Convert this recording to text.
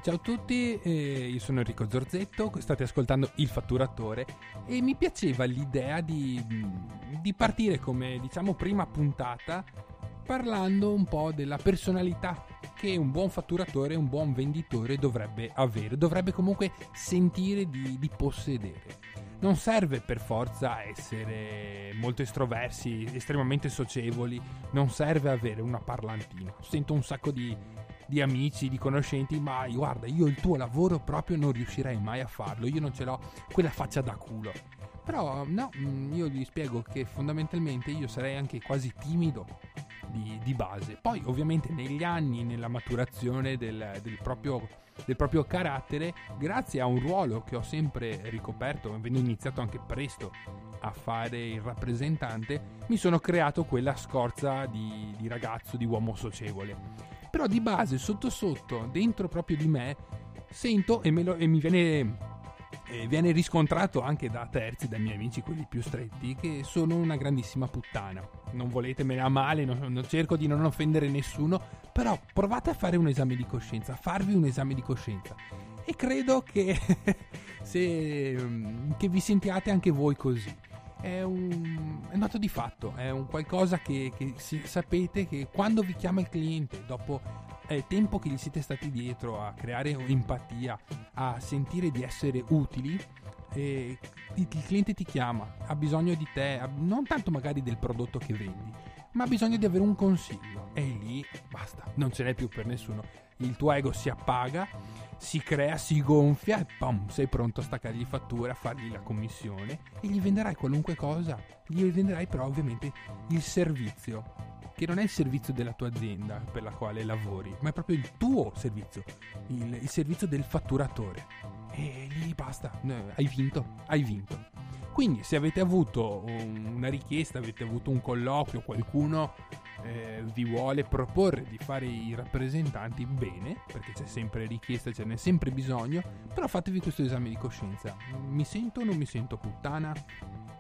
Ciao a tutti, io sono Enrico Zorzetto, state ascoltando Il Fatturatore e mi piaceva l'idea di partire come, diciamo, prima puntata parlando un po' della personalità che un buon fatturatore, un buon venditore dovrebbe avere, dovrebbe comunque sentire di possedere. Non serve per forza essere molto estroversi, estremamente socievoli, non serve avere una parlantina. Sento un sacco di amici, di conoscenti, ma guarda, io il tuo lavoro proprio non riuscirei mai a farlo, io non ce l'ho quella faccia da culo. Però no, io gli spiego che fondamentalmente io sarei anche quasi timido di base. Poi ovviamente negli anni, nella maturazione del proprio carattere, grazie a un ruolo che ho sempre ricoperto, avendo iniziato anche presto a fare il rappresentante, mi sono creato quella scorza di ragazzo, di uomo socievole. Però di base, sotto sotto, dentro proprio di me, sento e mi viene riscontrato anche da terzi, dai miei amici, quelli più stretti, che sono una grandissima puttana. Non voletemene a male, non cerco di non offendere nessuno, però provate a fare un esame di coscienza, farvi un esame di coscienza. E credo che che vi sentiate anche voi così. È un dato di fatto, è un qualcosa che sapete che quando vi chiama il cliente, dopo tempo che gli siete stati dietro a creare empatia, a sentire di essere utili, il cliente ti chiama, ha bisogno di te, non tanto magari del prodotto che vendi, ma ha bisogno di avere un consiglio, e lì basta, non ce n'è più per nessuno. Il tuo ego si appaga, si crea, si gonfia e pam, sei pronto a staccargli fattura, a fargli la commissione e gli venderai qualunque cosa. Gli venderai però ovviamente il servizio, che non è il servizio della tua azienda per la quale lavori, ma è proprio il tuo servizio, il servizio del fatturatore. E lì basta, hai vinto. Quindi se avete avuto una richiesta, avete avuto un colloquio, qualcuno vi vuole proporre di fare i rappresentanti, bene, perché c'è sempre richiesta, ce n'è sempre bisogno, però fatevi questo esame di coscienza. Mi sento o non mi sento puttana?